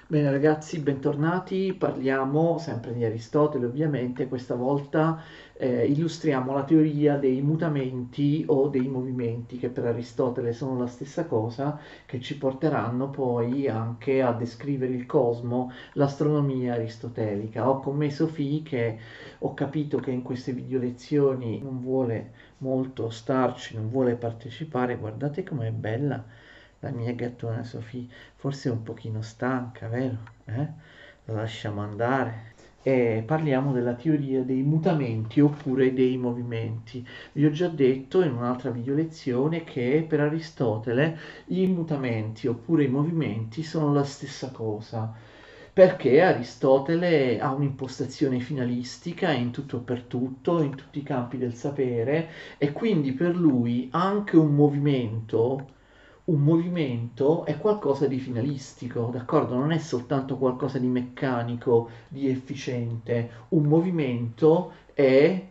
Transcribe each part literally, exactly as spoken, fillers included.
Bene ragazzi, bentornati. Parliamo sempre di Aristotele, ovviamente. Questa volta eh, illustriamo la teoria dei mutamenti o dei movimenti, che per Aristotele sono la stessa cosa, che ci porteranno poi anche a descrivere il cosmo, l'astronomia aristotelica. Ho con me Sofì, che ho capito che in queste video lezioni non vuole molto starci, non vuole partecipare. Guardate com'è bella la mia gattona Sofì. Forse è un pochino stanca, vero? Eh? La lasciamo andare. E parliamo della teoria dei mutamenti oppure dei movimenti. Vi ho già detto in un'altra video lezione che per Aristotele i mutamenti oppure i movimenti sono la stessa cosa, perché Aristotele ha un'impostazione finalistica in tutto e per tutto, in tutti i campi del sapere, e quindi per lui anche un movimento un movimento è qualcosa di finalistico, d'accordo? Non è soltanto qualcosa di meccanico, di efficiente. Un movimento è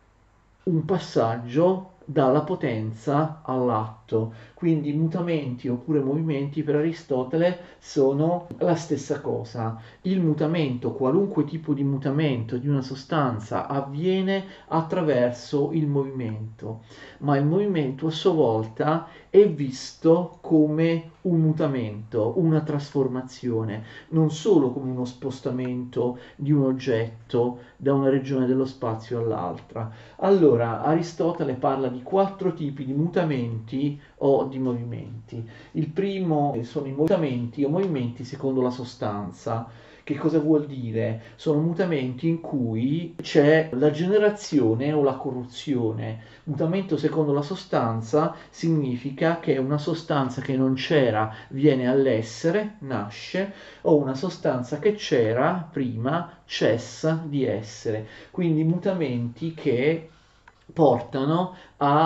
un passaggio dalla potenza all'atto. Quindi mutamenti oppure movimenti per Aristotele sono la stessa cosa. Il mutamento, qualunque tipo di mutamento di una sostanza, avviene attraverso il movimento, ma il movimento a sua volta è visto come un mutamento, una trasformazione, non solo come uno spostamento di un oggetto da una regione dello spazio all'altra. Allora, Aristotele parla di quattro tipi di mutamenti o di movimenti. Il primo sono i mutamenti o movimenti secondo la sostanza. Che cosa vuol dire? Sono mutamenti in cui c'è la generazione o la corruzione. Mutamento secondo la sostanza significa che una sostanza che non c'era viene all'essere, nasce, o una sostanza che c'era prima cessa di essere. Quindi mutamenti che portano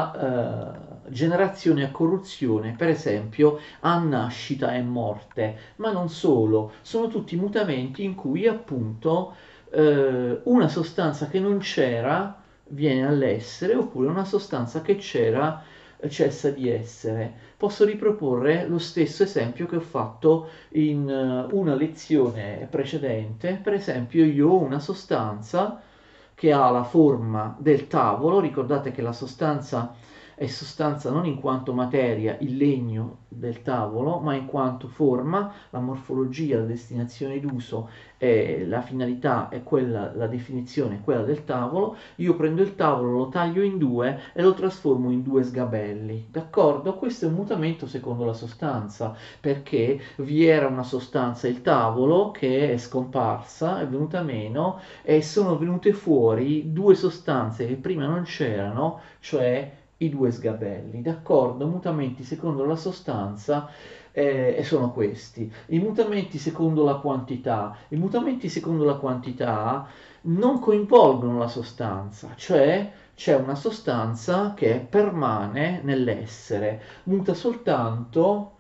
a eh, generazione e a corruzione, per esempio a nascita e morte, ma non solo, sono tutti mutamenti in cui appunto eh, una sostanza che non c'era viene all'essere oppure una sostanza che c'era eh, cessa di essere. Posso riproporre lo stesso esempio che ho fatto in eh, una lezione precedente. Per esempio, io ho una sostanza che ha la forma del tavolo. Ricordate che la sostanza è sostanza non in quanto materia, il legno del tavolo, ma in quanto forma. La morfologia, la destinazione d'uso e la finalità è quella, la definizione è quella del tavolo. Io prendo il tavolo, lo taglio in due e lo trasformo in due sgabelli, d'accordo? Questo è un mutamento secondo la sostanza, perché vi era una sostanza, il tavolo, che è scomparsa, è venuta meno, e sono venute fuori due sostanze che prima non c'erano, cioè i due sgabelli, d'accordo? Mutamenti secondo la sostanza eh, e sono questi. I mutamenti secondo la quantità. I mutamenti secondo la quantità non coinvolgono la sostanza, cioè c'è una sostanza che permane nell'essere, muta soltanto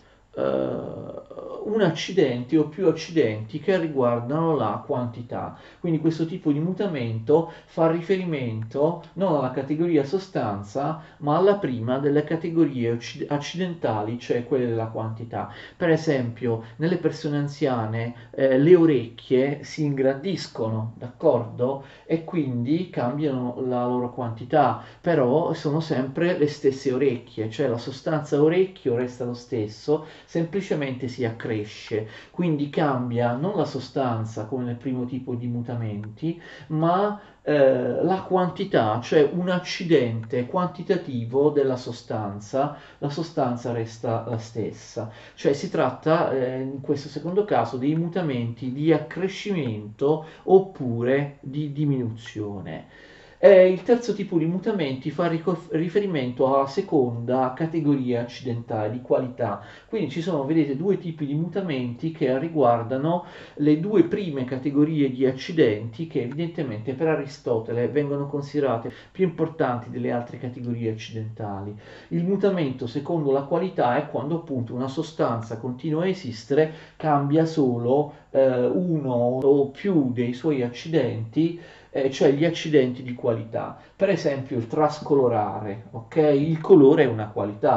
eh, un accidente o più accidenti che riguardano la quantità. Quindi questo tipo di mutamento fa riferimento non alla categoria sostanza, ma alla prima delle categorie accidentali, cioè quelle della quantità. Per esempio, nelle persone anziane eh, le orecchie si ingrandiscono, d'accordo? E quindi cambiano la loro quantità, però sono sempre le stesse orecchie, cioè la sostanza orecchio resta lo stesso, semplicemente si accresce, quindi cambia non la sostanza come nel primo tipo di mutamenti, ma eh, la quantità, cioè un accidente quantitativo della sostanza, la sostanza resta la stessa. Cioè si tratta eh, in questo secondo caso dei mutamenti di accrescimento oppure di diminuzione. Eh, il terzo tipo di mutamenti fa rico- riferimento alla seconda categoria accidentale di qualità. Quindi ci sono, vedete, due tipi di mutamenti che riguardano le due prime categorie di accidenti che evidentemente per Aristotele vengono considerate più importanti delle altre categorie accidentali. Il mutamento secondo la qualità è quando appunto una sostanza continua a esistere, cambia solo eh, uno o più dei suoi accidenti, eh, cioè gli accidenti di qualità. Per esempio il trascolorare, ok? Il colore è una qualità.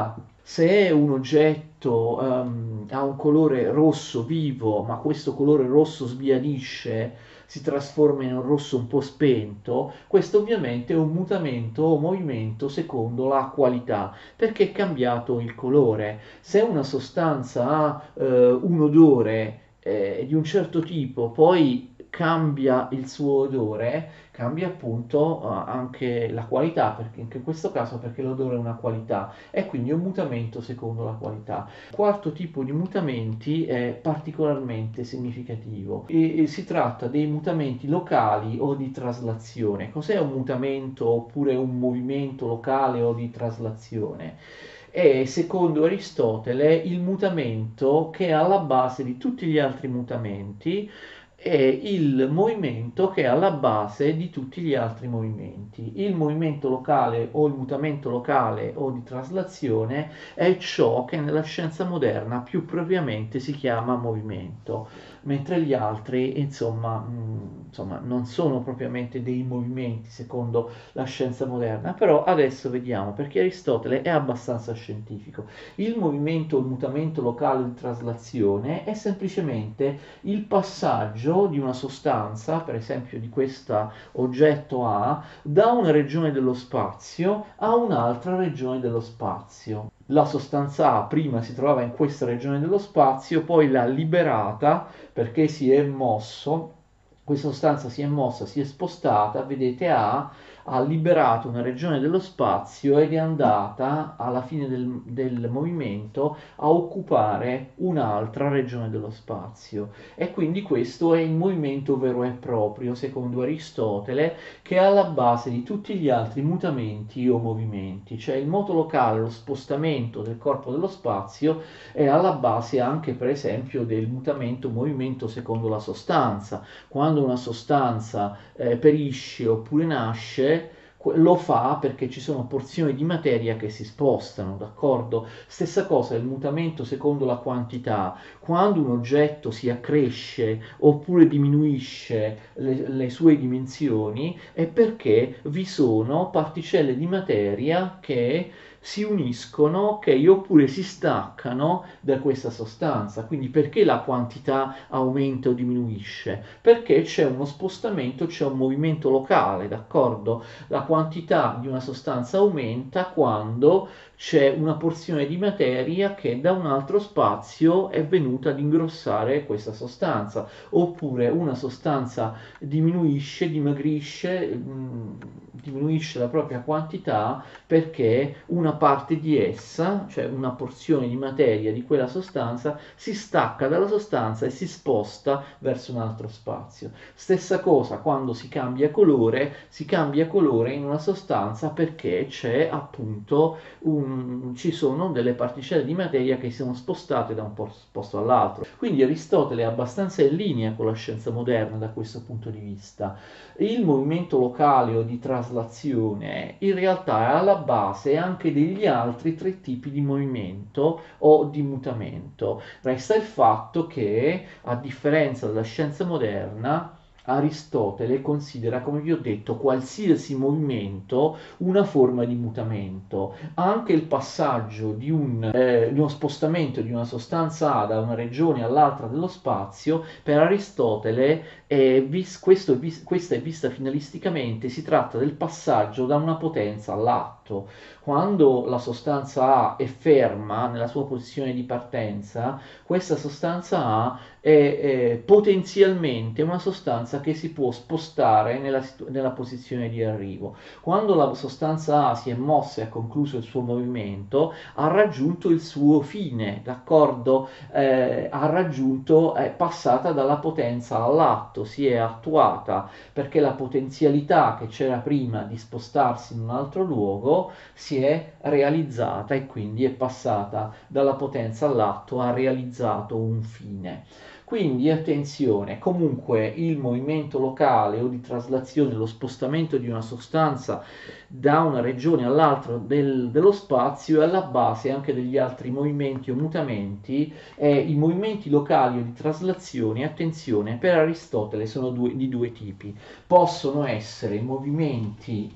Se un oggetto ehm, ha un colore rosso vivo, ma questo colore rosso sbiadisce, si trasforma in un rosso un po' spento, questo ovviamente è un mutamento o movimento secondo la qualità, perché è cambiato il colore. Se una sostanza ha eh, un odore eh, di un certo tipo, poi cambia il suo odore, cambia appunto eh, anche la qualità, perché anche in questo caso perché l'odore è una qualità e quindi è un mutamento secondo la qualità. Il quarto tipo di mutamenti è particolarmente significativo e, e si tratta dei mutamenti locali o di traslazione. Cos'è un mutamento oppure un movimento locale o di traslazione? È, secondo Aristotele, il mutamento che è alla base di tutti gli altri mutamenti, è il movimento che è alla base di tutti gli altri movimenti. Il movimento locale o il mutamento locale o di traslazione è ciò che nella scienza moderna più propriamente si chiama movimento, mentre gli altri, insomma, mh, insomma, non sono propriamente dei movimenti secondo la scienza moderna, però adesso vediamo perché Aristotele è abbastanza scientifico. Il movimento o il mutamento locale di traslazione è semplicemente il passaggio di una sostanza, per esempio di questo oggetto A, da una regione dello spazio a un'altra regione dello spazio. La sostanza A prima si trovava in questa regione dello spazio, poi l'ha liberata perché si è mosso, questa sostanza si è mossa, si è spostata, vedete A ha liberato una regione dello spazio ed è andata alla fine del, del movimento a occupare un'altra regione dello spazio. E quindi questo è il movimento vero e proprio, secondo Aristotele, che è alla base di tutti gli altri mutamenti o movimenti, cioè il moto locale, lo spostamento del corpo dello spazio è alla base anche per esempio del mutamento o movimento secondo la sostanza. Quando una sostanza eh, perisce oppure nasce, lo fa perché ci sono porzioni di materia che si spostano, d'accordo? Stessa cosa il mutamento secondo la quantità. Quando un oggetto si accresce oppure diminuisce le, le sue dimensioni è perché vi sono particelle di materia che si uniscono, ok, oppure si staccano da questa sostanza. Quindi perché la quantità aumenta o diminuisce? Perché c'è uno spostamento, c'è un movimento locale, d'accordo? La quantità di una sostanza aumenta quando c'è una porzione di materia che da un altro spazio è venuta ad ingrossare questa sostanza, oppure una sostanza diminuisce, dimagrisce, mh, diminuisce la propria quantità perché una parte di essa, cioè una porzione di materia di quella sostanza, si stacca dalla sostanza e si sposta verso un altro spazio. Stessa cosa quando si cambia colore, si cambia colore in una sostanza perché c'è appunto un, ci sono delle particelle di materia che si sono spostate da un posto all'altro. Quindi Aristotele è abbastanza in linea con la scienza moderna da questo punto di vista. Il movimento locale o di traslazione in realtà è alla base anche degli altri tre tipi di movimento o di mutamento. Resta il fatto che, a differenza della scienza moderna, Aristotele considera, come vi ho detto, qualsiasi movimento una forma di mutamento. Anche il passaggio di, un, eh, di uno spostamento di una sostanza A da una regione all'altra dello spazio, per Aristotele, è vis- questo è vis- questa è vista finalisticamente, si tratta del passaggio da una potenza all'atto. Quando la sostanza A è ferma nella sua posizione di partenza, questa sostanza A è, è potenzialmente una sostanza che si può spostare nella, nella posizione di arrivo. Quando la sostanza A si è mossa e ha concluso il suo movimento, ha raggiunto il suo fine, d'accordo? Eh, ha raggiunto, è passata dalla potenza all'atto, si è attuata, perché la potenzialità che c'era prima di spostarsi in un altro luogo si è realizzata e quindi è passata dalla potenza all'atto, ha realizzato un fine. Quindi attenzione, comunque il movimento locale o di traslazione, lo spostamento di una sostanza da una regione all'altra del, dello spazio è alla base anche degli altri movimenti o mutamenti, e i movimenti locali o di traslazione, attenzione, per Aristotele sono due, di due tipi. Possono essere movimenti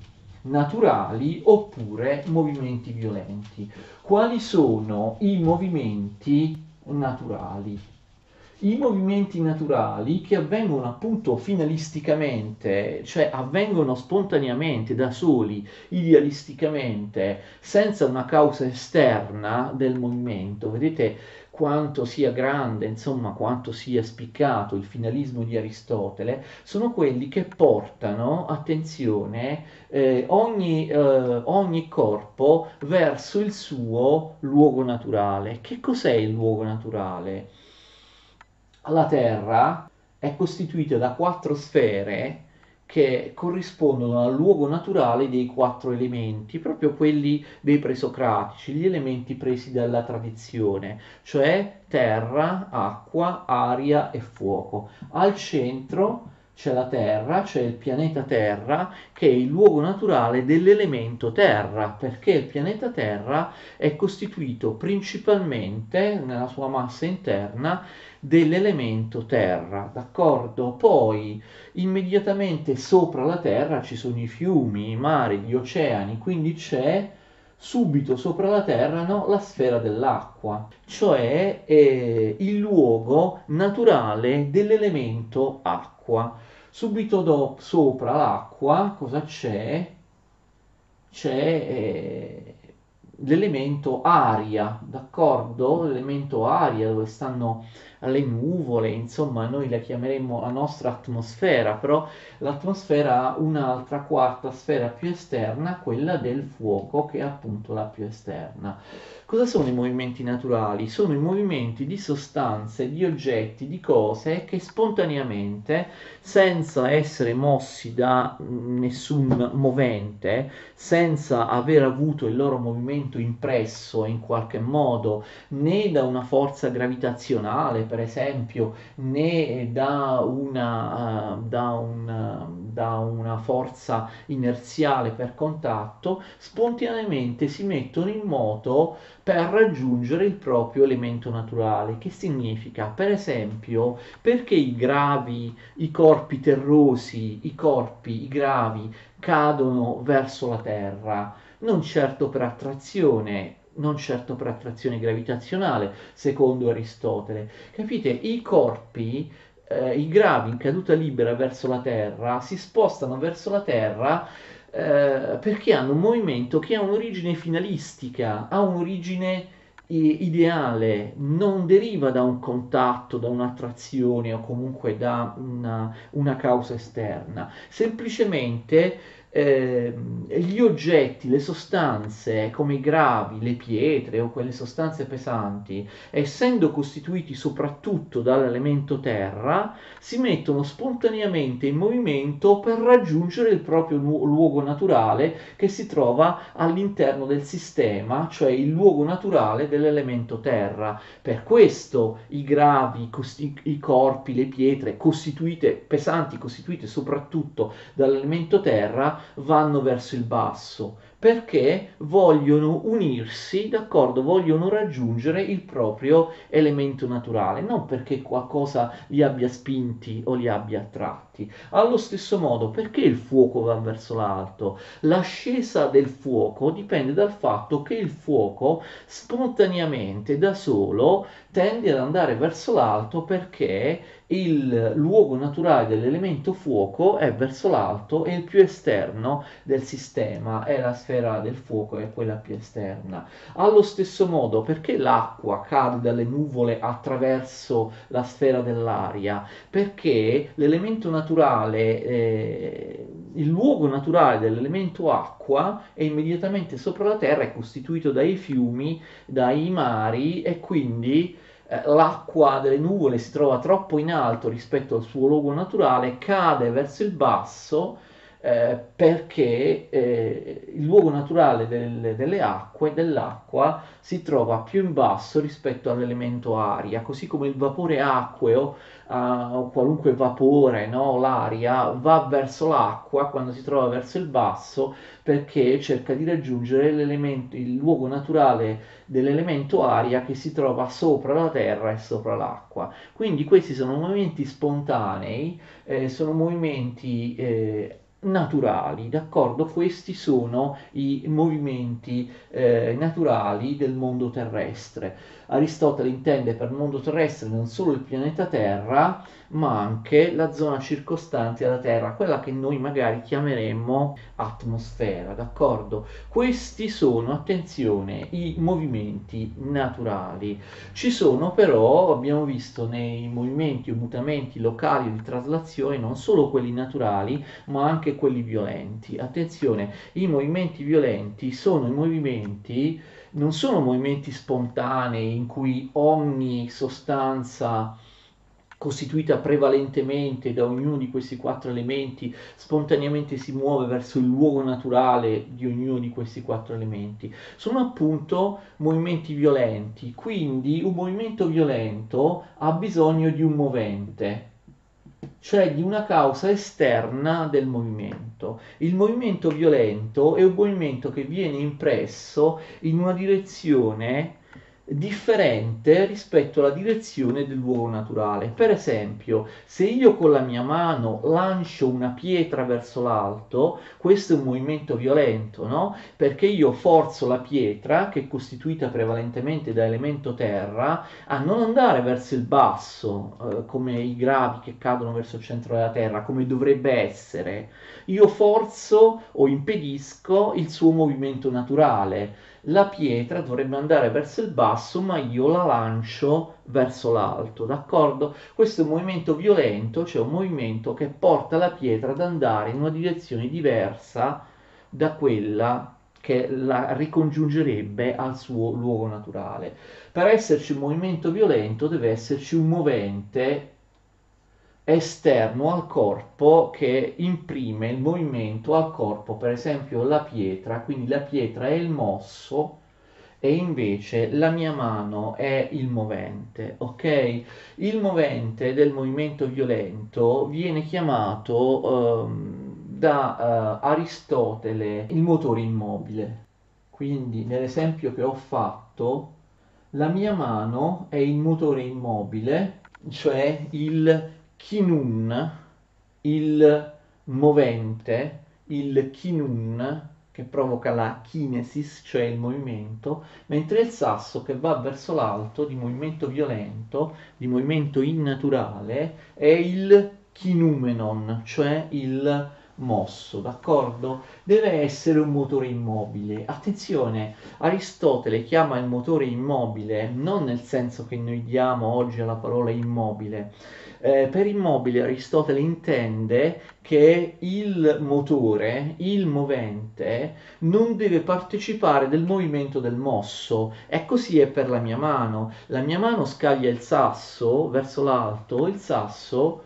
naturali oppure movimenti violenti. Quali sono i movimenti naturali? I movimenti naturali che avvengono appunto finalisticamente, cioè avvengono spontaneamente, da soli, idealisticamente, senza una causa esterna del movimento. Vedete quanto sia grande, insomma, quanto sia spiccato il finalismo di Aristotele, sono quelli che portano, attenzione, eh, ogni, eh, ogni corpo verso il suo luogo naturale. Che cos'è il luogo naturale? La Terra è costituita da quattro sfere che corrispondono al luogo naturale dei quattro elementi, proprio quelli dei presocratici, gli elementi presi dalla tradizione, cioè terra, acqua, aria e fuoco. Al centro c'è la Terra, c'è il pianeta Terra, che è il luogo naturale dell'elemento Terra, perché il pianeta Terra è costituito principalmente, nella sua massa interna, dell'elemento terra, d'accordo? Poi immediatamente sopra la terra ci sono i fiumi, i mari, gli oceani, quindi c'è subito sopra la terra, no, la sfera dell'acqua, cioè eh, il luogo naturale dell'elemento acqua. Subito dopo, sopra l'acqua, cosa c'è? C'è eh, l'elemento aria, d'accordo? L'elemento aria dove stanno le nuvole, insomma, noi la chiameremmo la nostra atmosfera, però l'atmosfera ha un'altra quarta sfera più esterna, quella del fuoco, che è appunto la più esterna. Cosa sono i movimenti naturali? Sono i movimenti di sostanze, di oggetti, di cose che spontaneamente, senza essere mossi da nessun movente, senza aver avuto il loro movimento impresso in qualche modo né da una forza gravitazionale, per esempio, né da una, uh, da una, da una forza inerziale per contatto, spontaneamente si mettono in moto per raggiungere il proprio elemento naturale. Che significa? Per esempio, perché i gravi, i corpi terrosi, i corpi, i gravi cadono verso la Terra? Non certo per attrazione, non certo per attrazione gravitazionale, secondo Aristotele. Capite? I corpi, eh, i gravi in caduta libera verso la Terra, si spostano verso la Terra eh, perché hanno un movimento che ha un'origine finalistica, ha un'origine i- ideale, non deriva da un contatto, da un'attrazione o comunque da una, una causa esterna. Semplicemente ehm, gli oggetti, le sostanze come i gravi, le pietre o quelle sostanze pesanti, essendo costituiti soprattutto dall'elemento terra, si mettono spontaneamente in movimento per raggiungere il proprio nu- luogo naturale che si trova all'interno del sistema, cioè il luogo naturale dell'elemento terra. Per questo i gravi, costi- i corpi, le pietre costituite, pesanti, costituite soprattutto dall'elemento terra, vanno verso il basso perché vogliono unirsi, d'accordo, vogliono raggiungere il proprio elemento naturale, non perché qualcosa li abbia spinti o li abbia attratti. Allo stesso modo, perché il fuoco va verso l'alto? L'ascesa del fuoco dipende dal fatto che il fuoco spontaneamente da solo tende ad andare verso l'alto perché il luogo naturale dell'elemento fuoco è verso l'alto e il più esterno del sistema è la sfera del fuoco, è quella più esterna. Allo stesso modo, perché l'acqua cade dalle nuvole attraverso la sfera dell'aria? Perché l'elemento naturale, eh, il luogo naturale dell'elemento acqua è immediatamente sopra la terra, è costituito dai fiumi, dai mari e quindi eh, l'acqua delle nuvole si trova troppo in alto rispetto al suo luogo naturale, cade verso il basso eh, perché eh, il luogo naturale del- delle acque, dell'acqua, si trova più in basso rispetto all'elemento aria, così come il vapore acqueo eh, o qualunque vapore, no? L'aria va verso l'acqua quando si trova verso il basso perché cerca di raggiungere l'elemento, il luogo naturale dell'elemento aria che si trova sopra la terra e sopra l'acqua. Quindi questi sono movimenti spontanei, eh, sono movimenti eh, naturali, d'accordo? Questi sono i movimenti eh, naturali del mondo terrestre. Aristotele intende per mondo terrestre non solo il pianeta Terra, ma anche la zona circostante alla Terra, quella che noi magari chiameremmo atmosfera, d'accordo? Questi sono, attenzione, i movimenti naturali. Ci sono però, abbiamo visto nei movimenti o mutamenti locali di traslazione, non solo quelli naturali, ma anche quelli violenti. Attenzione, i movimenti violenti sono i movimenti, non sono movimenti spontanei in cui ogni sostanza costituita prevalentemente da ognuno di questi quattro elementi, spontaneamente si muove verso il luogo naturale di ognuno di questi quattro elementi. Sono appunto movimenti violenti, quindi un movimento violento ha bisogno di un movente, cioè di una causa esterna del movimento. Il movimento violento è un movimento che viene impresso in una direzione differente rispetto alla direzione del luogo naturale. Per esempio, se io con la mia mano lancio una pietra verso l'alto, questo è un movimento violento, no? Perché io forzo la pietra, che è costituita prevalentemente da elemento terra, a non andare verso il basso, eh, come i gravi che cadono verso il centro della terra, come dovrebbe essere. Io forzo o impedisco il suo movimento naturale. La pietra dovrebbe andare verso il basso, ma io la lancio verso l'alto, d'accordo? Questo è un movimento violento, cioè un movimento che porta la pietra ad andare in una direzione diversa da quella che la ricongiungerebbe al suo luogo naturale. Per esserci un movimento violento deve esserci un movente esterno al corpo che imprime il movimento al corpo, per esempio la pietra, quindi la pietra è il mosso e invece la mia mano è il movente, ok? Il movente del movimento violento viene chiamato ehm, da eh, Aristotele il motore immobile. Quindi nell'esempio che ho fatto, la mia mano è il motore immobile, cioè il kinun, il movente, il kinun che provoca la kinesis, cioè il movimento, mentre il sasso che va verso l'alto di movimento violento, di movimento innaturale, è il kinumenon, cioè il mosso, d'accordo? Deve essere un motore immobile. Attenzione, Aristotele chiama il motore immobile non nel senso che noi diamo oggi alla parola immobile. Eh, per immobile Aristotele intende che il motore, il movente, non deve partecipare del movimento del mosso. E così è per la mia mano. La mia mano scaglia il sasso verso l'alto, il sasso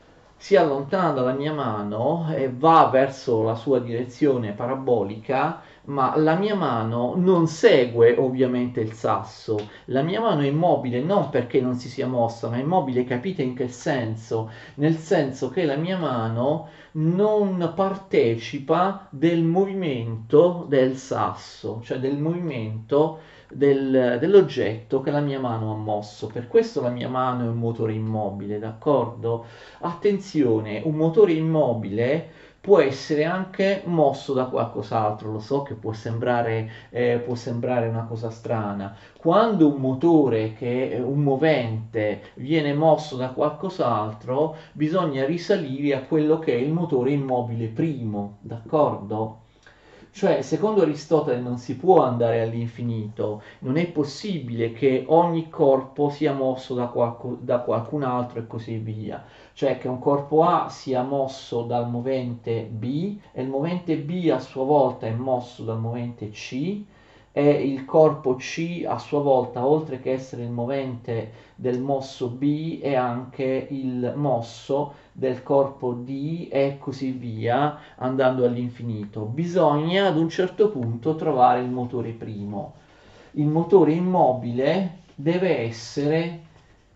si allontana dalla mia mano e va verso la sua direzione parabolica, ma la mia mano non segue ovviamente il sasso. La mia mano è immobile non perché non si sia mossa, ma è immobile, capite in che senso? Nel senso che la mia mano non partecipa del movimento del sasso, cioè del movimento del- dell'oggetto che la mia mano ha mosso. Per questo la mia mano è un motore immobile, d'accordo? Attenzione, un motore immobile può essere anche mosso da qualcos'altro, lo so che può sembrare, eh, può sembrare una cosa strana. Quando un motore, che è un movente, viene mosso da qualcos'altro, bisogna risalire a quello che è il motore immobile primo, d'accordo? Cioè, secondo Aristotele non si può andare all'infinito, non è possibile che ogni corpo sia mosso da, qualco- da qualcun altro e così via. Cioè che un corpo A sia mosso dal movente B e il movente B a sua volta è mosso dal movente C e il corpo C a sua volta, oltre che essere il movente del mosso B, è anche il mosso del corpo D e così via, andando all'infinito. Bisogna ad un certo punto trovare il motore primo. Il motore immobile deve essere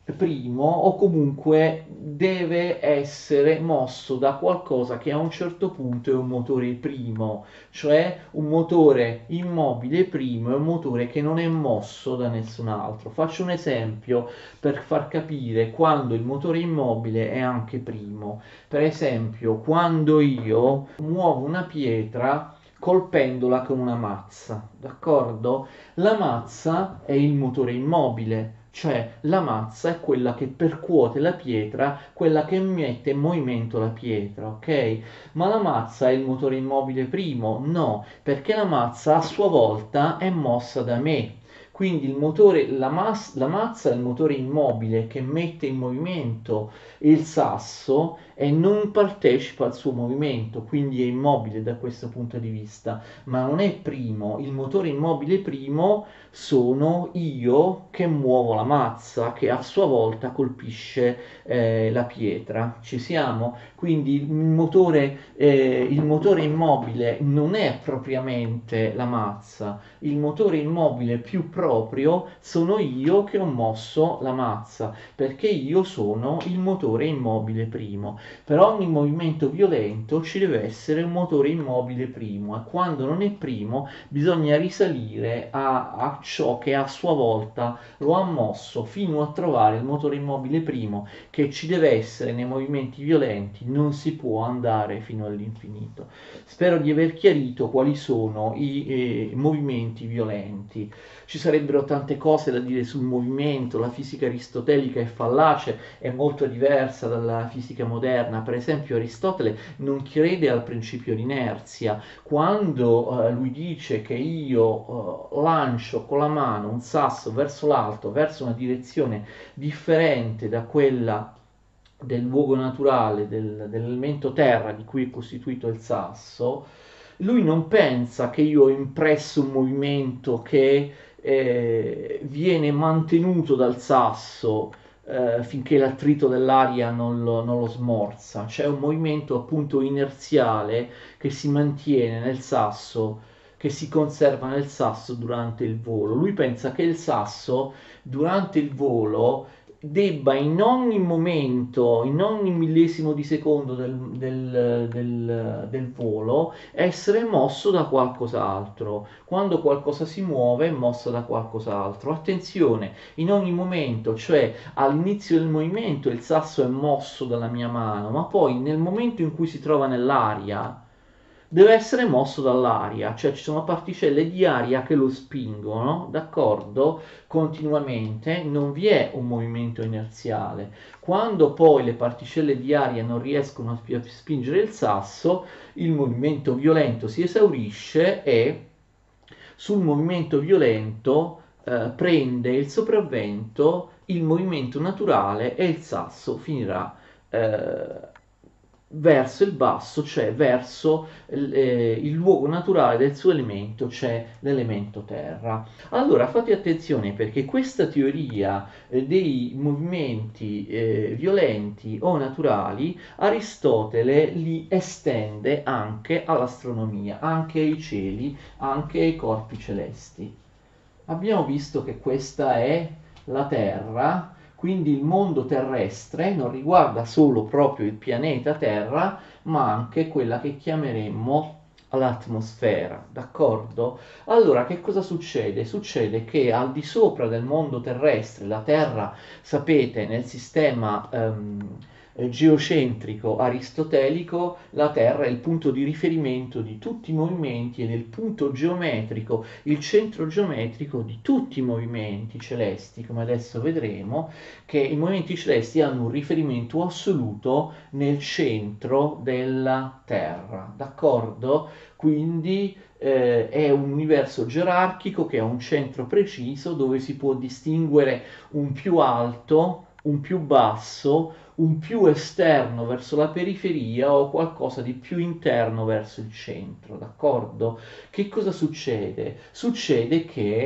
primo o comunque deve essere mosso da qualcosa che a un certo punto è un motore primo, cioè un motore immobile primo è un motore che non è mosso da nessun altro. Faccio un esempio per far capire quando il motore immobile è anche primo. Per esempio, quando io muovo una pietra colpendola con una mazza, d'accordo? La mazza è il motore immobile, cioè la mazza è quella che percuote la pietra, quella che mette in movimento la pietra, ok? Ma la mazza è il motore immobile primo? No, perché la mazza a sua volta è mossa da me. Quindi il motore, la, mas- la mazza è il motore immobile che mette in movimento il sasso e non partecipa al suo movimento, quindi è immobile da questo punto di vista, ma non è primo. Il motore immobile primo sono io che muovo la mazza che a sua volta colpisce eh, la pietra. Ci siamo? Quindi il motore, eh, il motore immobile non è propriamente la mazza, il motore immobile più proprio sono io che ho mosso la mazza, perché io sono il motore immobile primo. Per ogni movimento violento ci deve essere un motore immobile primo e quando non è primo bisogna risalire a, a ciò che a sua volta lo ha mosso fino a trovare il motore immobile primo che ci deve essere nei movimenti violenti, non si può andare fino all'infinito. Spero di aver chiarito quali sono i eh, movimenti violenti. Ci sarebbero tante cose da dire sul movimento, la fisica aristotelica è fallace, è molto diversa dalla fisica moderna. Per esempio Aristotele non crede al principio di inerzia. Quando eh, lui dice che io eh, lancio con la mano un sasso verso l'alto, verso una direzione differente da quella del luogo naturale, del, dell'elemento terra di cui è costituito il sasso, lui non pensa che io ho impresso un movimento che eh, viene mantenuto dal sasso eh, finché l'attrito dell'aria non lo, non lo smorza. C'è un movimento appunto inerziale che si mantiene nel sasso, che si conserva nel sasso durante il volo. Lui pensa che il sasso durante il volo debba in ogni momento, in ogni millesimo di secondo del, del, del, del volo, essere mosso da qualcos'altro. Quando qualcosa si muove è mosso da qualcos'altro. Attenzione, in ogni momento, cioè all'inizio del movimento il sasso è mosso dalla mia mano, ma poi nel momento in cui si trova nell'aria deve essere mosso dall'aria, cioè ci sono particelle di aria che lo spingono, d'accordo? Continuamente, non vi è un movimento inerziale. Quando poi le particelle di aria non riescono a spingere il sasso, il movimento violento si esaurisce e sul movimento violento eh, prende il sopravvento il movimento naturale e il sasso finirà eh, verso il basso, cioè verso eh, il luogo naturale del suo elemento, cioè l'elemento terra. Allora fate attenzione perché questa teoria eh, dei movimenti eh, violenti o naturali Aristotele li estende anche all'astronomia, anche ai cieli, anche ai corpi celesti. Abbiamo visto che questa è la Terra, quindi il mondo terrestre non riguarda solo proprio il pianeta Terra, ma anche quella che chiameremmo l'atmosfera, d'accordo? Allora, che cosa succede? Succede che al di sopra del mondo terrestre, la Terra, sapete, nel sistema ehm, eh, geocentrico aristotelico, la Terra è il punto di riferimento di tutti i movimenti ed è il punto geometrico, il centro geometrico di tutti i movimenti celesti, come adesso vedremo, che i movimenti celesti hanno un riferimento assoluto nel centro della Terra, d'accordo? Quindi eh, è un universo gerarchico che ha un centro preciso dove si può distinguere un più alto, un più basso, un più esterno verso la periferia o qualcosa di più interno verso il centro, d'accordo? Che cosa succede? Succede che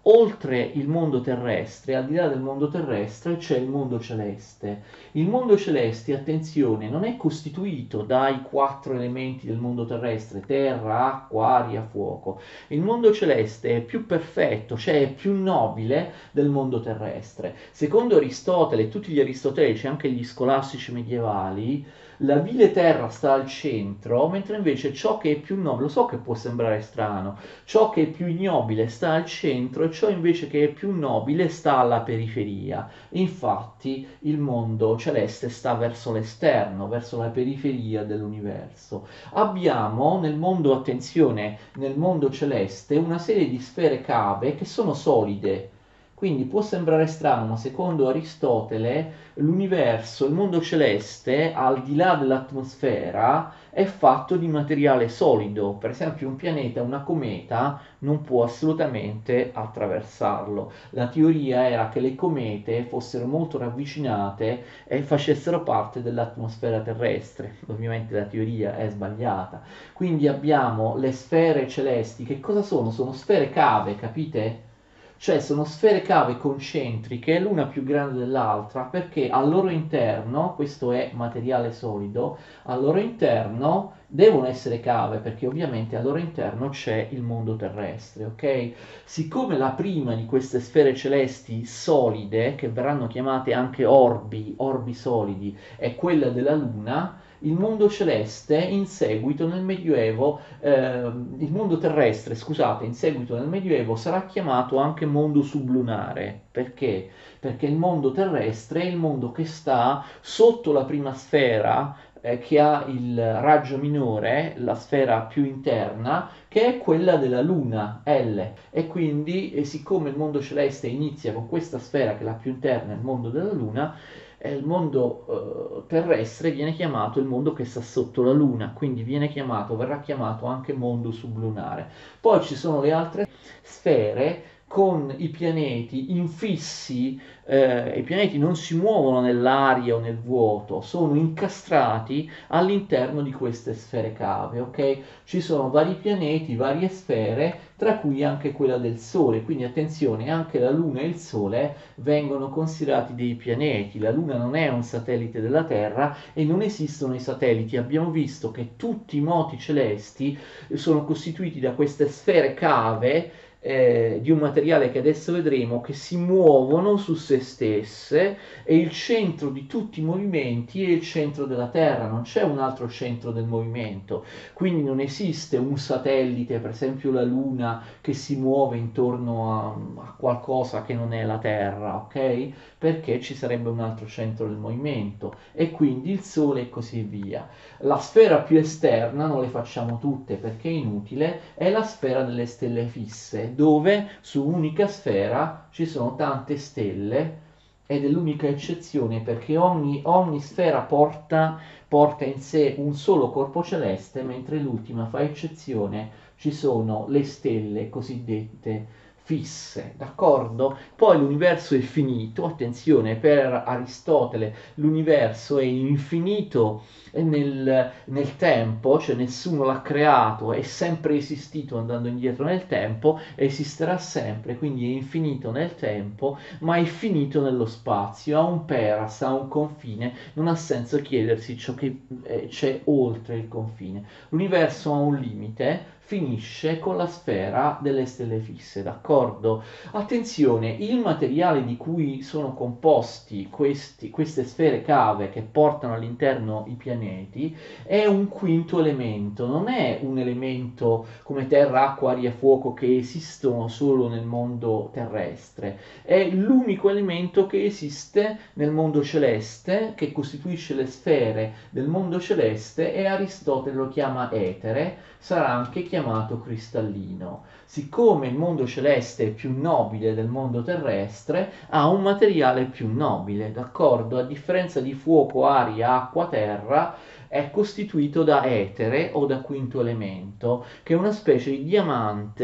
oltre il mondo terrestre, al di là del mondo terrestre, c'è il mondo celeste. Il mondo celeste, attenzione, non è costituito dai quattro elementi del mondo terrestre, terra, acqua, aria, fuoco. Il mondo celeste è più perfetto, cioè è più nobile del mondo terrestre. Secondo Aristotele e tutti gli aristotelici, anche gli scolastici medievali, la vile terra sta al centro, mentre invece ciò che è più nobile, lo so che può sembrare strano, ciò che è più ignobile sta al centro e ciò invece che è più nobile sta alla periferia. Infatti il mondo celeste sta verso l'esterno, verso la periferia dell'universo. Abbiamo nel mondo, attenzione, nel mondo celeste una serie di sfere cave che sono solide. Quindi può sembrare strano, ma secondo Aristotele l'universo, il mondo celeste, al di là dell'atmosfera, è fatto di materiale solido. Per esempio un pianeta, una cometa, non può assolutamente attraversarlo. La teoria era che le comete fossero molto ravvicinate e facessero parte dell'atmosfera terrestre. Ovviamente la teoria è sbagliata. Quindi abbiamo le sfere celesti. Che cosa sono? Sono sfere cave, capite? Cioè sono sfere cave concentriche, l'una più grande dell'altra, perché al loro interno, questo è materiale solido, al loro interno devono essere cave, perché ovviamente al loro interno c'è il mondo terrestre, ok? Siccome la prima di queste sfere celesti solide, che verranno chiamate anche orbi, orbi solidi, è quella della Luna, il mondo celeste in seguito nel Medioevo, eh, il mondo terrestre, scusate, in seguito nel Medioevo sarà chiamato anche mondo sublunare. Perché? Perché il mondo terrestre è il mondo che sta sotto la prima sfera, eh, che ha il raggio minore, la sfera più interna, che è quella della Luna, L. E quindi, eh, siccome il mondo celeste inizia con questa sfera che è la più interna, il mondo della Luna, il mondo eh, terrestre viene chiamato il mondo che sta sotto la Luna, quindi viene chiamato, verrà chiamato anche mondo sublunare. Poi ci sono le altre sfere con i pianeti infissi, eh, i pianeti non si muovono nell'aria o nel vuoto, sono incastrati all'interno di queste sfere cave, ok? Ci sono vari pianeti, varie sfere, tra cui anche quella del Sole, quindi attenzione, anche la Luna e il Sole vengono considerati dei pianeti. La Luna non è un satellite della Terra e non esistono i satelliti. Abbiamo visto che tutti i moti celesti sono costituiti da queste sfere cave, eh, di un materiale che adesso vedremo, che si muovono su se stesse, e il centro di tutti i movimenti è il centro della Terra, non c'è un altro centro del movimento, quindi non esiste un satellite, per esempio la Luna, che si muove intorno a, a qualcosa che non è la Terra, ok? Perché ci sarebbe un altro centro del movimento, e quindi il Sole e così via. La sfera più esterna, non le facciamo tutte perché è inutile, è la sfera delle stelle fisse, dove su un'unica sfera ci sono tante stelle, ed è l'unica eccezione perché ogni, ogni sfera porta, porta in sé un solo corpo celeste, mentre l'ultima fa eccezione, ci sono le stelle cosiddette fisse, d'accordo? Poi l'universo è finito, attenzione, per Aristotele l'universo è infinito nel, nel tempo, cioè nessuno l'ha creato, è sempre esistito andando indietro nel tempo, esisterà sempre, quindi è infinito nel tempo, ma è finito nello spazio, ha un peras, ha un confine, non ha senso chiedersi ciò che eh, c'è oltre il confine. L'universo ha un limite, finisce con la sfera delle stelle fisse, d'accordo? Attenzione, il materiale di cui sono composti questi, queste sfere cave che portano all'interno i pianeti è un quinto elemento, non è un elemento come terra, acqua, aria, fuoco che esistono solo nel mondo terrestre, è l'unico elemento che esiste nel mondo celeste, che costituisce le sfere del mondo celeste, e Aristotele lo chiama etere, sarà anche chiamato cristallino. Siccome il mondo celeste è più nobile del mondo terrestre, ha un materiale più nobile, d'accordo? A differenza di fuoco, aria, acqua, terra, è costituito da etere o da quinto elemento, che è una specie di diamante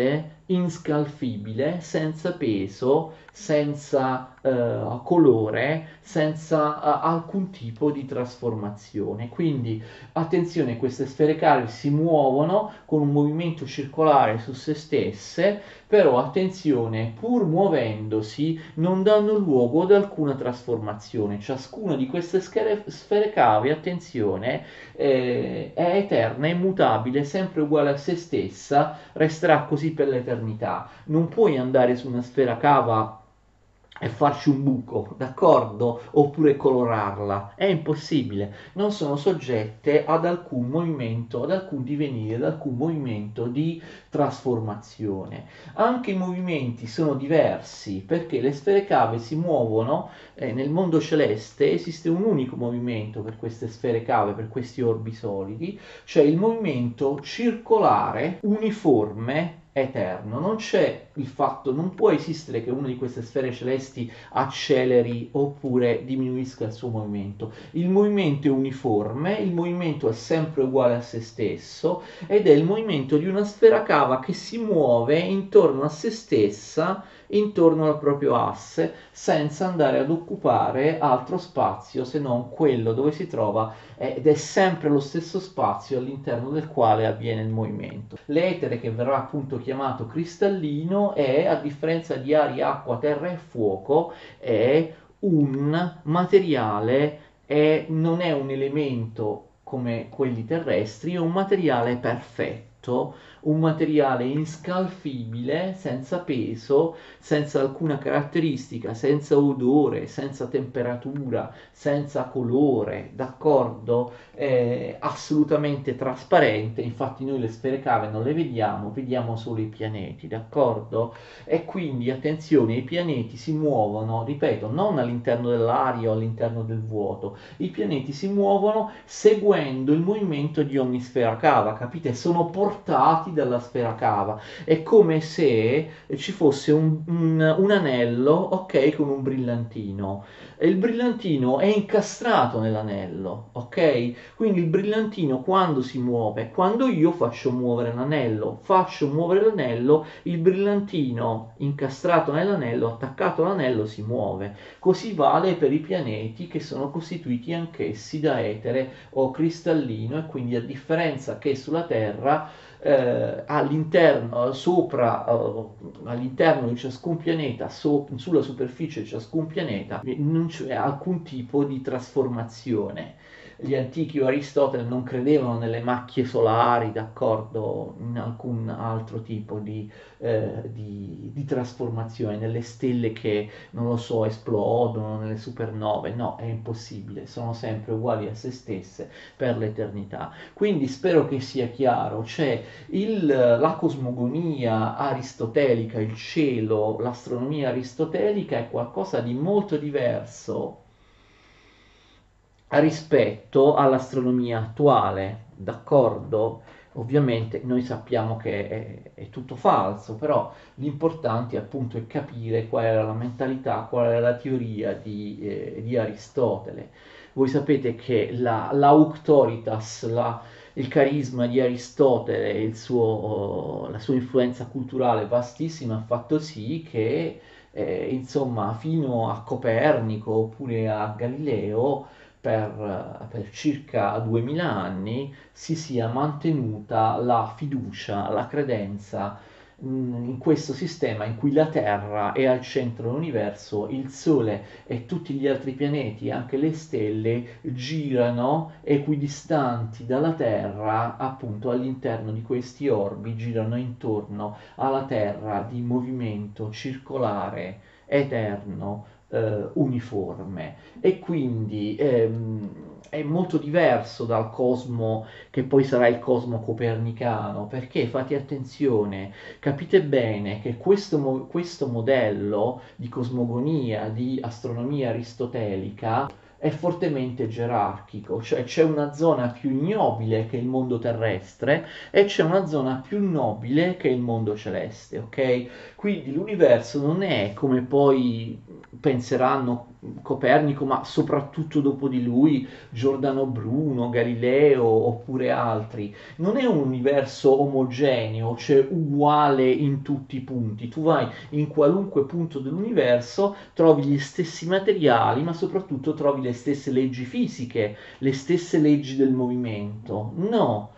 inscalfibile, senza peso, senza eh, colore, senza eh, alcun tipo di trasformazione. Quindi attenzione, queste sfere cave si muovono con un movimento circolare su se stesse, però attenzione, pur muovendosi non danno luogo ad alcuna trasformazione. Ciascuna di queste sfere, sfere cave, attenzione, eh, è eterna, è immutabile, sempre uguale a se stessa, resterà così per l'eternità. Non puoi andare su una sfera cava e farci un buco, d'accordo? Oppure colorarla. È impossibile. Non sono soggette ad alcun movimento, ad alcun divenire, ad alcun movimento di trasformazione. Anche i movimenti sono diversi perché le sfere cave si muovono, eh, nel mondo celeste esiste un unico movimento per queste sfere cave, per questi orbi solidi, cioè il movimento circolare uniforme eterno. Non c'è il fatto, non può esistere che una di queste sfere celesti acceleri oppure diminuisca il suo movimento. Il movimento è uniforme, il movimento è sempre uguale a se stesso ed è il movimento di una sfera cava che si muove intorno a se stessa, intorno al proprio asse, senza andare ad occupare altro spazio se non quello dove si trova, ed è sempre lo stesso spazio all'interno del quale avviene il movimento. L'etere, che verrà appunto chiamato cristallino, è, a differenza di aria, acqua, terra e fuoco, è un materiale, è, non è un elemento come quelli terrestri, è un materiale perfetto, un materiale inscalfibile, senza peso, senza alcuna caratteristica, senza odore, senza temperatura, senza colore, d'accordo? È assolutamente trasparente, infatti noi le sfere cave non le vediamo, vediamo solo i pianeti, d'accordo? E quindi attenzione, i pianeti si muovono, ripeto, non all'interno dell'aria o all'interno del vuoto, i pianeti si muovono seguendo il movimento di ogni sfera cava, capite? Sono portati dalla sfera cava, è come se ci fosse un, un, un anello, ok, con un brillantino, e il brillantino è incastrato nell'anello, ok? Quindi il brillantino quando si muove, quando io faccio muovere l'anello, faccio muovere l'anello, il brillantino incastrato nell'anello, attaccato all'anello, si muove. Così vale per i pianeti, che sono costituiti anch'essi da etere o cristallino, e quindi, a differenza che sulla Terra, eh, all'interno, sopra, eh, all'interno di ciascun pianeta, so, sulla superficie di ciascun pianeta, non c'è alcun tipo di trasformazione. Gli antichi o Aristotele non credevano nelle macchie solari, d'accordo, in alcun altro tipo di, eh, di, di trasformazione, nelle stelle che, non lo so, esplodono, nelle supernove. No, è impossibile, sono sempre uguali a se stesse per l'eternità. Quindi spero che sia chiaro, c'è il, la cosmogonia aristotelica, il cielo, l'astronomia aristotelica è qualcosa di molto diverso rispetto all'astronomia attuale, d'accordo? Ovviamente noi sappiamo che è, è tutto falso, però l'importante appunto è capire qual era la mentalità, qual era la teoria di, eh, di Aristotele. Voi sapete che la, l'auctoritas, la, il carisma di Aristotele, il suo, la sua influenza culturale vastissima ha fatto sì che, eh, insomma, fino a Copernico oppure a Galileo, per, per circa duemila anni si sia mantenuta la fiducia, la credenza mh, in questo sistema in cui la Terra è al centro dell'universo, il Sole e tutti gli altri pianeti, anche le stelle, girano equidistanti dalla Terra, appunto all'interno di questi orbi, girano intorno alla Terra di movimento circolare, eterno, eh, uniforme, e quindi ehm, è molto diverso dal cosmo che poi sarà il cosmo copernicano, perché fate attenzione, capite bene che questo, questo modello di cosmogonia, di astronomia aristotelica, è fortemente gerarchico, cioè c'è una zona più ignobile che è il mondo terrestre e c'è una zona più nobile che è il mondo celeste, ok? Quindi l'universo non è come poi penseranno Copernico, ma soprattutto dopo di lui Giordano Bruno, Galileo oppure altri. Non è un universo omogeneo, cioè uguale in tutti i punti. Tu vai in qualunque punto dell'universo, trovi gli stessi materiali, ma soprattutto trovi le stesse leggi fisiche, le stesse leggi del movimento. No,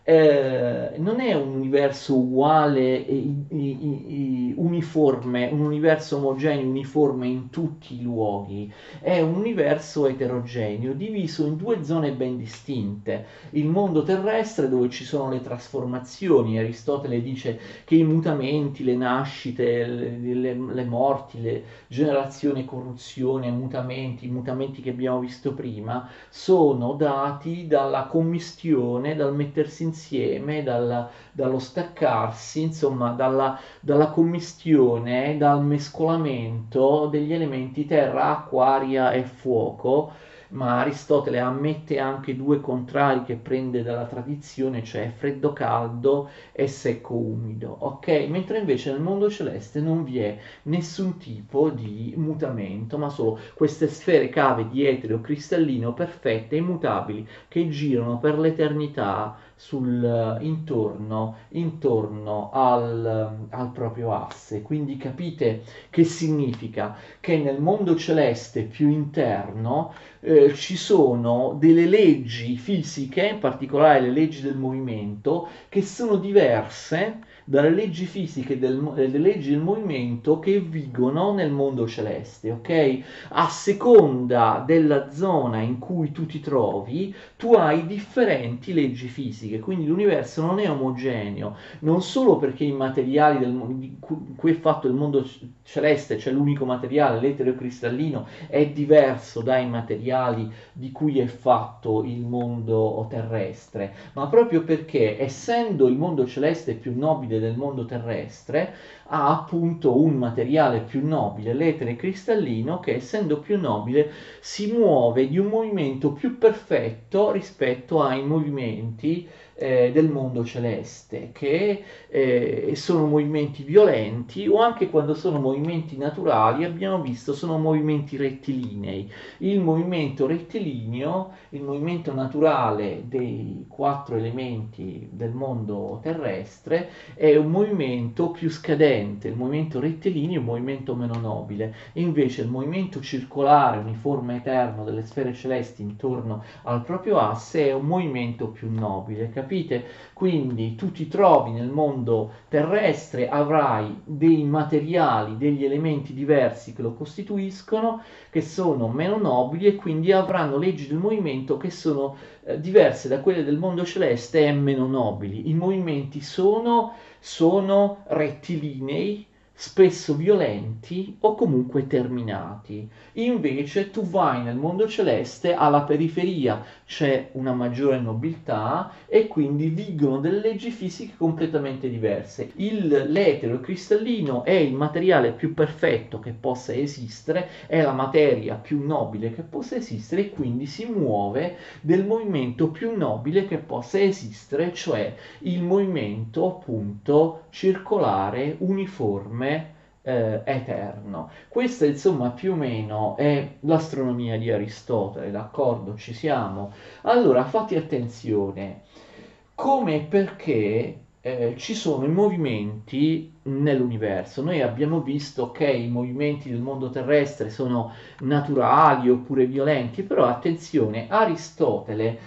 eh, non è un universo uguale, e i- i- i- uniforme, un universo omogeneo, uniforme in tutti i luoghi, è un universo eterogeneo, diviso in due zone ben distinte. Il mondo terrestre dove ci sono le trasformazioni, Aristotele dice che i mutamenti, le nascite, le, le- le morti, le generazione, corruzione, mutamenti, i mutamenti che abbiamo visto prima, sono dati dalla commistione, dal mettersi insieme, dalla- dallo staccarsi, insomma, dalla, dalla commistione, dal mescolamento degli elementi terra, acqua, aria e fuoco. Ma Aristotele ammette anche due contrari che prende dalla tradizione, cioè freddo caldo e secco umido, ok? Mentre invece nel mondo celeste non vi è nessun tipo di mutamento, ma solo queste sfere cave di etere cristallino perfette, immutabili, che girano per l'eternità sul, intorno, intorno al, al proprio asse. Quindi capite che significa che nel mondo celeste più interno eh, ci sono delle leggi fisiche, in particolare le leggi del movimento, che sono diverse dalle leggi fisiche del, delle leggi del movimento che vigono nel mondo celeste, ok? A seconda della zona in cui tu ti trovi, tu hai differenti leggi fisiche, quindi l'universo non è omogeneo, non solo perché i materiali del, di cui è fatto il mondo celeste, cioè l'unico materiale, l'etere cristallino, è diverso dai materiali di cui è fatto il mondo terrestre, ma proprio perché essendo il mondo celeste più nobile del mondo terrestre, ha appunto un materiale più nobile, l'etere cristallino, che essendo più nobile si muove di un movimento più perfetto rispetto ai movimenti eh, del mondo celeste, che eh, sono movimenti violenti o anche quando sono movimenti naturali, abbiamo visto, sono movimenti rettilinei. Il movimento rettilineo, il movimento naturale dei quattro elementi del mondo terrestre, è un movimento più scadente, il movimento rettilineo è un movimento meno nobile, invece il movimento circolare, uniforme eterno delle sfere celesti intorno al proprio asse è un movimento più nobile, capite? Quindi tu ti trovi nel mondo terrestre, avrai dei materiali, degli elementi diversi che lo costituiscono, che sono meno nobili e quindi avranno leggi del movimento che sono eh, diverse da quelle del mondo celeste e meno nobili. I movimenti sono, sono rettilinei, spesso violenti o comunque terminati. Invece tu vai nel mondo celeste, alla periferia c'è una maggiore nobiltà e quindi vigono delle leggi fisiche completamente diverse. Il, l'etero, il cristallino è il materiale più perfetto che possa esistere, è la materia più nobile che possa esistere e quindi si muove del movimento più nobile che possa esistere, cioè il movimento appunto circolare, uniforme, eh, eterno. Questa insomma più o meno è l'astronomia di Aristotele, d'accordo? Ci siamo? Allora fate attenzione, come e perché eh, ci sono i movimenti nell'universo. Noi abbiamo visto che i movimenti del mondo terrestre sono naturali oppure violenti, però attenzione, Aristotele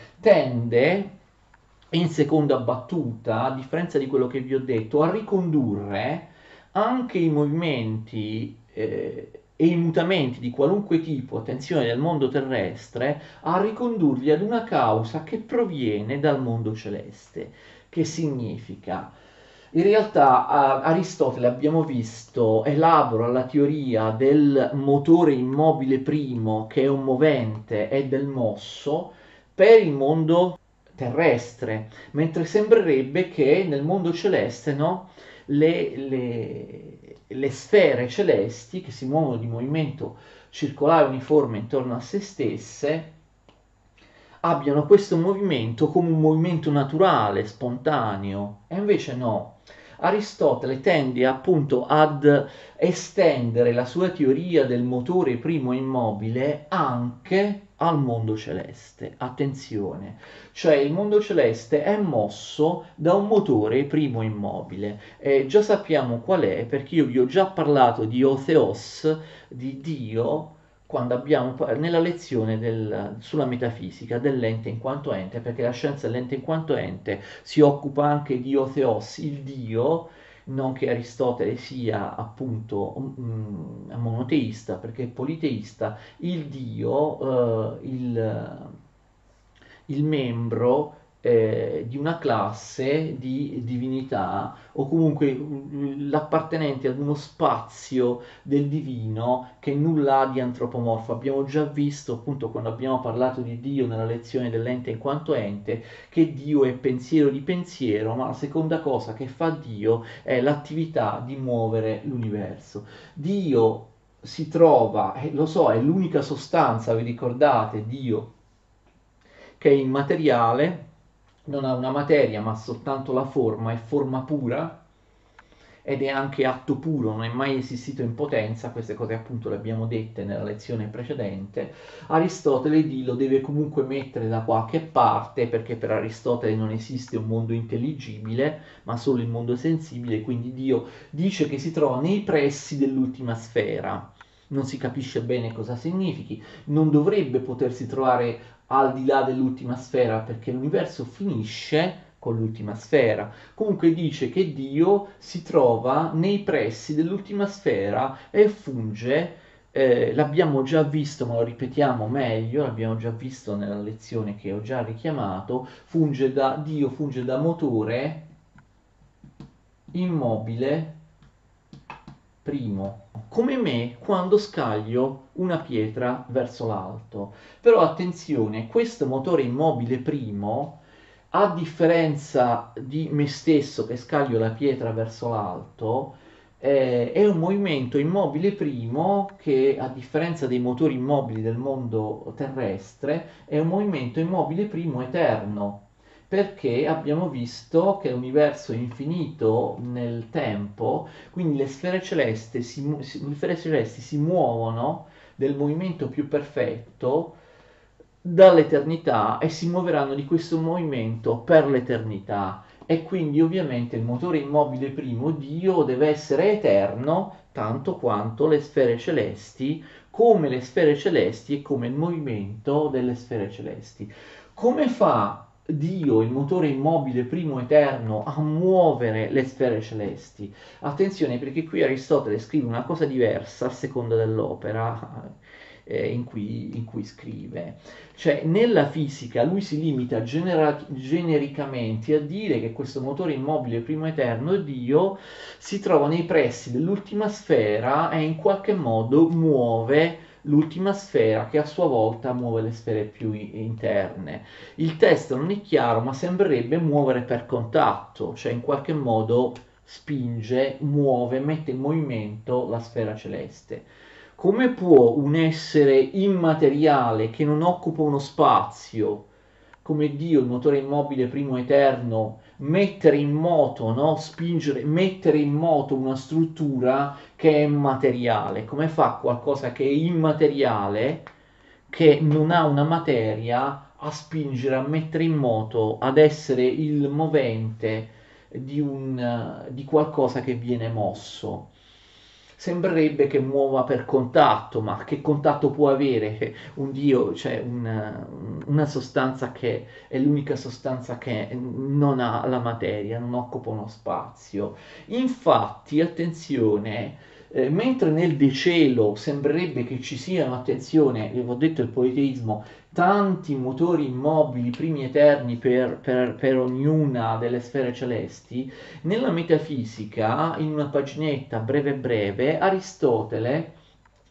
tende in seconda battuta, a differenza di quello che vi ho detto, a ricondurre anche i movimenti eh, e i mutamenti di qualunque tipo, attenzione, del mondo terrestre, a ricondurli ad una causa che proviene dal mondo celeste. Che significa? In realtà a- Aristotele, abbiamo visto, elabora la teoria del motore immobile primo, che è un movente, e del mosso, per il mondo terrestre, mentre sembrerebbe che nel mondo celeste, no, le, le- le sfere celesti che si muovono di movimento circolare uniforme intorno a se stesse, abbiano questo movimento come un movimento naturale, spontaneo, e invece no. Aristotele tende appunto ad estendere la sua teoria del motore primo immobile anche al mondo celeste. Attenzione, cioè il mondo celeste è mosso da un motore primo immobile. E già sappiamo qual è, perché io vi ho già parlato di ο Θεός, di Dio, quando abbiamo nella lezione del, sulla metafisica dell'ente in quanto ente, perché la scienza dell'ente in quanto ente si occupa anche di ο Θεός, il Dio, non che Aristotele sia appunto um, monoteista, perché è politeista, il Dio, eh, il, il membro eh, di una classe di divinità o comunque mm, l'appartenente ad uno spazio del divino che nulla ha di antropomorfo. Abbiamo già visto appunto quando abbiamo parlato di Dio nella lezione dell'ente in quanto ente che Dio è pensiero di pensiero, ma la seconda cosa che fa Dio è l'attività di muovere l'universo. Dio si trova, eh, lo so, è l'unica sostanza, vi ricordate, Dio che è immateriale, non ha una materia ma soltanto la forma, è forma pura ed è anche atto puro, non è mai esistito in potenza, queste cose appunto le abbiamo dette nella lezione precedente. Aristotele di lo deve comunque mettere da qualche parte, perché per Aristotele non esiste un mondo intelligibile, ma solo il mondo sensibile, quindi Dio dice che si trova nei pressi dell'ultima sfera. Non si capisce bene cosa significhi, non dovrebbe potersi trovare al di là dell'ultima sfera perché l'universo finisce con l'ultima sfera. Comunque dice che Dio si trova nei pressi dell'ultima sfera e funge, eh, l'abbiamo già visto ma lo ripetiamo meglio, l'abbiamo già visto nella lezione che ho già richiamato, funge da, Dio funge da motore immobile primo, come me quando scaglio una pietra verso l'alto. Però attenzione, questo motore immobile primo, a differenza di me stesso che scaglio la pietra verso l'alto, eh, è un movimento immobile primo che, a differenza dei motori immobili del mondo terrestre, è un movimento immobile primo eterno, perché abbiamo visto che l'universo è infinito nel tempo, quindi le sfere celesti si, mu- si- le sfere celesti si muovono del movimento più perfetto dall'eternità e si muoveranno di questo movimento per l'eternità. E quindi ovviamente il motore immobile primo, Dio, deve essere eterno tanto quanto le sfere celesti, come le sfere celesti e come il movimento delle sfere celesti. Come fa Dio, il motore immobile primo eterno, a muovere le sfere celesti? Attenzione, perché qui Aristotele scrive una cosa diversa a seconda dell'opera eh, in cui, in cui scrive. Cioè, nella fisica lui si limita genera- genericamente a dire che questo motore immobile primo eterno, Dio, si trova nei pressi dell'ultima sfera e in qualche modo muove l'ultima sfera che a sua volta muove le sfere più interne. Il testo non è chiaro, ma sembrerebbe muovere per contatto, cioè in qualche modo spinge, muove, mette in movimento la sfera celeste. Come può un essere immateriale che non occupa uno spazio, come Dio, il motore immobile primo eterno, mettere in moto, no? Spingere, mettere in moto una struttura che è materiale? Come fa qualcosa che è immateriale, che non ha una materia, a spingere, a mettere in moto, ad essere il movente di, un, di qualcosa che viene mosso? Sembrerebbe che muova per contatto, ma che contatto può avere un Dio, cioè una, una sostanza che è l'unica sostanza che non ha la materia, non occupa uno spazio. Infatti, attenzione, eh, mentre nel decelo sembrerebbe che ci siano, attenzione, vi ho detto il politeismo, tanti motori immobili, primi eterni per, per, per ognuna delle sfere celesti, nella metafisica, in una paginetta breve breve, Aristotele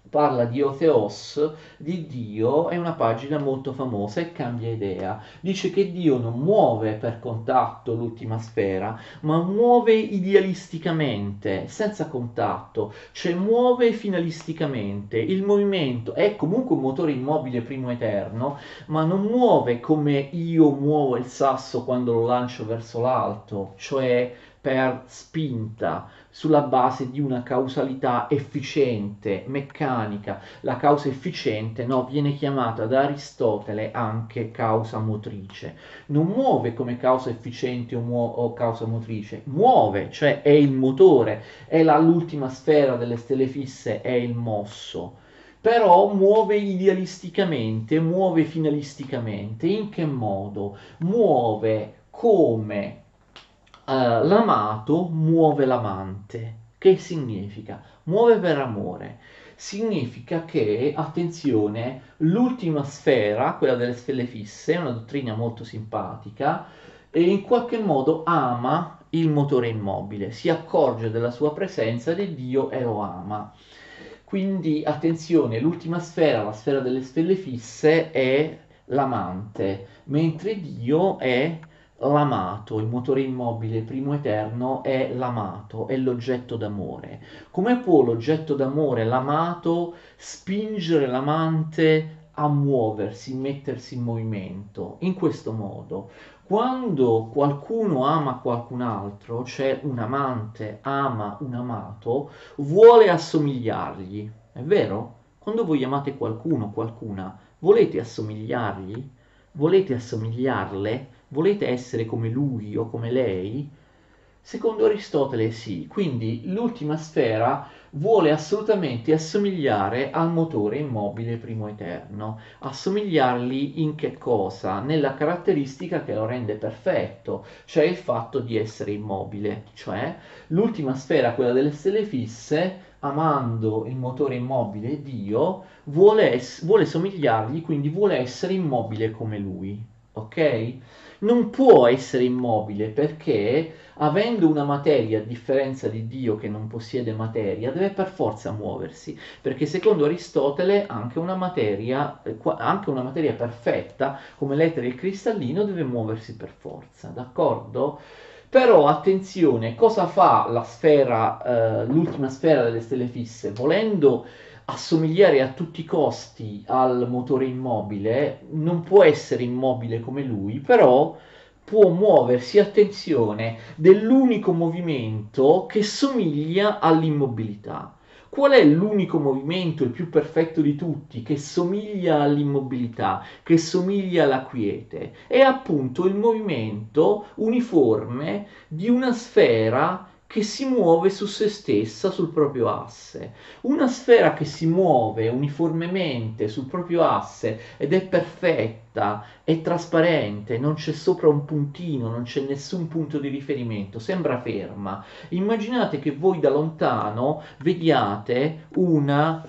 parla di Otheos, di Dio, è una pagina molto famosa e cambia idea. Dice che Dio non muove per contatto l'ultima sfera, ma muove idealisticamente, senza contatto, cioè muove finalisticamente. Il movimento è comunque un motore immobile primo eterno, ma non muove come io muovo il sasso quando lo lancio verso l'alto, cioè per spinta, sulla base di una causalità efficiente, meccanica. La causa efficiente, no, viene chiamata da Aristotele anche causa motrice. Non muove come causa efficiente o, muo- o causa motrice, muove, cioè è il motore, è la- l'ultima sfera delle stelle fisse, è il mosso. Però muove idealisticamente, muove finalisticamente. In che modo? Muove come eh, l'amato muove l'amante. Che significa? Muove per amore. Significa che, attenzione, l'ultima sfera, quella delle stelle fisse, è una dottrina molto simpatica e in qualche modo ama il motore immobile, si accorge della sua presenza ed è Dio e lo ama. Quindi attenzione, l'ultima sfera, la sfera delle stelle fisse, è l'amante, mentre Dio è l'amato, il motore immobile primo eterno è l'amato, è l'oggetto d'amore. Come può l'oggetto d'amore, l'amato, spingere l'amante a muoversi, mettersi in movimento? In questo modo, quando qualcuno ama qualcun altro, cioè un amante ama un amato, vuole assomigliargli, è vero? Quando voi amate qualcuno, qualcuna, volete assomigliargli? Volete assomigliarle? Volete essere come lui o come lei? Secondo Aristotele sì, quindi l'ultima sfera vuole assolutamente assomigliare al motore immobile primo eterno. Assomigliargli in che cosa? Nella caratteristica che lo rende perfetto, cioè il fatto di essere immobile, cioè l'ultima sfera, quella delle stelle fisse, amando il motore immobile Dio, vuole, ess- vuole somigliargli, quindi vuole essere immobile come lui, ok? Non può essere immobile perché, avendo una materia a differenza di Dio che non possiede materia, deve per forza muoversi, perché secondo Aristotele anche una materia, eh, qua- anche una materia perfetta come l'etere e il cristallino deve muoversi per forza, d'accordo? Però attenzione, cosa fa la sfera, eh, l'ultima sfera delle stelle fisse? Volendo assomigliare a tutti i costi al motore immobile, non può essere immobile come lui, però può muoversi, attenzione, dell'unico movimento che somiglia all'immobilità. Qual è l'unico movimento, il più perfetto di tutti, che somiglia all'immobilità, che somiglia alla quiete? È appunto il movimento uniforme di una sfera che si muove su se stessa, sul proprio asse. Una sfera che si muove uniformemente sul proprio asse ed è perfetta, è trasparente, non c'è sopra un puntino, non c'è nessun punto di riferimento, sembra ferma. Immaginate che voi da lontano vediate una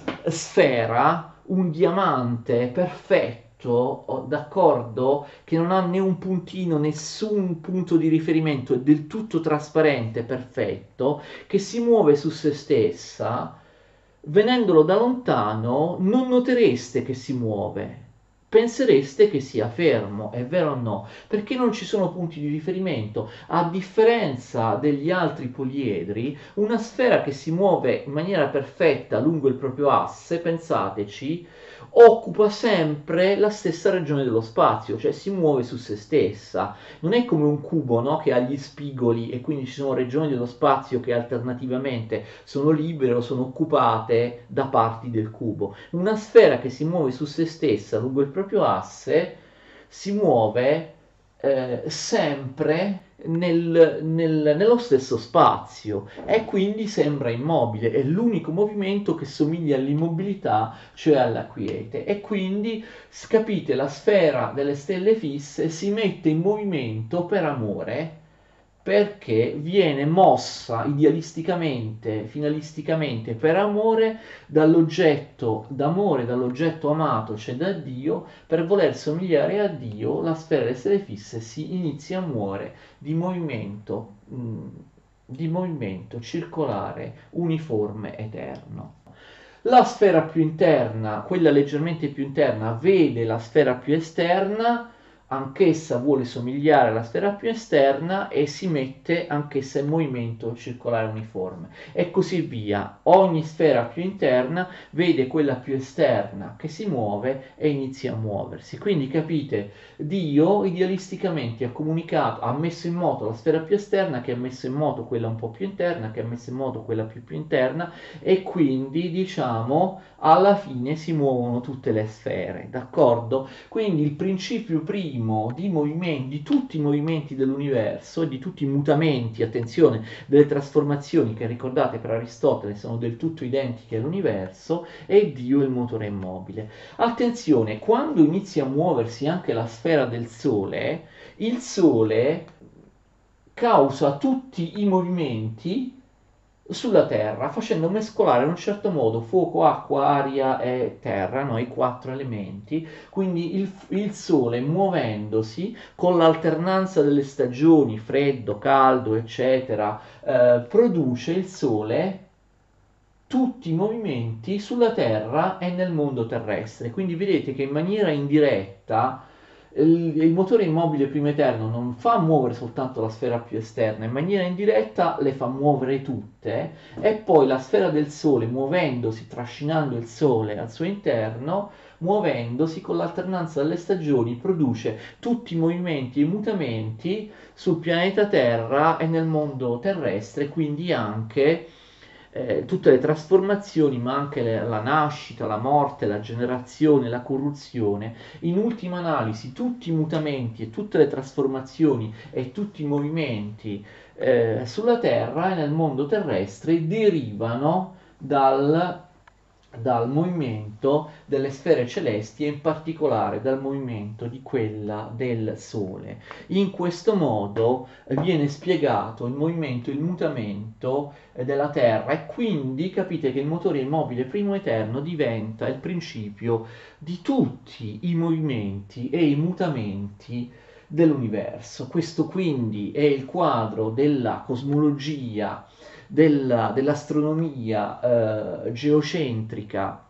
sfera, un diamante perfetto, oh, d'accordo? Che non ha né un puntino, nessun punto di riferimento, è del tutto trasparente, perfetto, che si muove su se stessa. Venendolo da lontano non notereste che si muove, pensereste che sia fermo, è vero o no? Perché non ci sono punti di riferimento. A differenza degli altri poliedri, una sfera che si muove in maniera perfetta lungo il proprio asse, pensateci, occupa sempre la stessa regione dello spazio, cioè si muove su se stessa. Non è come un cubo, no? Che ha gli spigoli e quindi ci sono regioni dello spazio che alternativamente sono libere o sono occupate da parti del cubo. Una sfera che si muove su se stessa lungo il proprio asse si muove eh, sempre nel, nel- nello stesso spazio e quindi sembra immobile. È l'unico movimento che somiglia all'immobilità, cioè alla quiete. E quindi, capite, la sfera delle stelle fisse si mette in movimento per amore perché viene mossa idealisticamente, finalisticamente per amore dall'oggetto d'amore, dall'oggetto amato, cioè da Dio, per voler somigliare a Dio, la sfera delle stelle fisse si inizia a muovere di movimento, mh, di movimento circolare, uniforme, eterno. La sfera più interna, quella leggermente più interna, vede la sfera più esterna, anch'essa vuole somigliare alla sfera più esterna e si mette anch'essa in movimento circolare uniforme e così via. Ogni sfera più interna vede quella più esterna che si muove e inizia a muoversi. Quindi capite, Dio idealisticamente ha comunicato, ha messo in moto la sfera più esterna, che ha messo in moto quella un po' più interna, che ha messo in moto quella più più interna, e quindi diciamo alla fine si muovono tutte le sfere, d'accordo? Quindi il principio primo di movimento, di tutti i movimenti dell'universo e di tutti i mutamenti, attenzione, delle trasformazioni che ricordate per Aristotele sono del tutto identiche all'universo, è Dio il motore immobile. Attenzione, quando inizia a muoversi anche la sfera del Sole, il Sole causa tutti i movimenti sulla Terra, facendo mescolare in un certo modo fuoco, acqua, aria e terra, no? I quattro elementi. Quindi il, il Sole, muovendosi con l'alternanza delle stagioni, freddo, caldo, eccetera, eh, produce il Sole tutti i movimenti sulla Terra e nel mondo terrestre. Quindi vedete che in maniera indiretta il, il motore immobile primo eterno non fa muovere soltanto la sfera più esterna, in maniera indiretta le fa muovere tutte e poi la sfera del Sole, muovendosi, trascinando il Sole al suo interno, muovendosi con l'alternanza delle stagioni, produce tutti i movimenti e i mutamenti sul pianeta Terra e nel mondo terrestre, quindi anche eh, tutte le trasformazioni, ma anche le- la nascita, la morte, la generazione, la corruzione. In ultima analisi, tutti i mutamenti e tutte le trasformazioni e tutti i movimenti eh, sulla Terra e nel mondo terrestre derivano dal dal movimento delle sfere celesti e in particolare dal movimento di quella del Sole. In questo modo eh, viene spiegato il movimento, il mutamento eh, della Terra e quindi capite che il motore immobile primo eterno diventa il principio di tutti i movimenti e i mutamenti dell'universo. Questo quindi è il quadro della cosmologia, della, dell'astronomia eh, geocentrica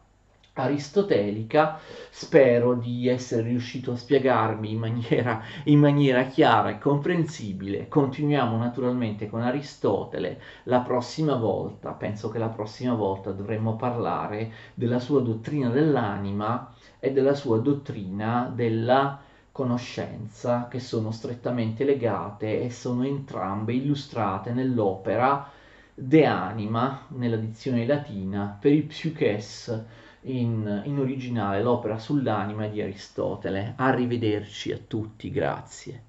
aristotelica. Spero di essere riuscito a spiegarmi in maniera, in maniera chiara e comprensibile. Continuiamo naturalmente con Aristotele la prossima volta. Penso che la prossima volta dovremmo parlare della sua dottrina dell'anima e della sua dottrina della conoscenza, che sono strettamente legate e sono entrambe illustrate nell'opera De Anima, nella dizione latina, per il Psyches, in, in originale l'opera sull'anima di Aristotele. Arrivederci a tutti, grazie.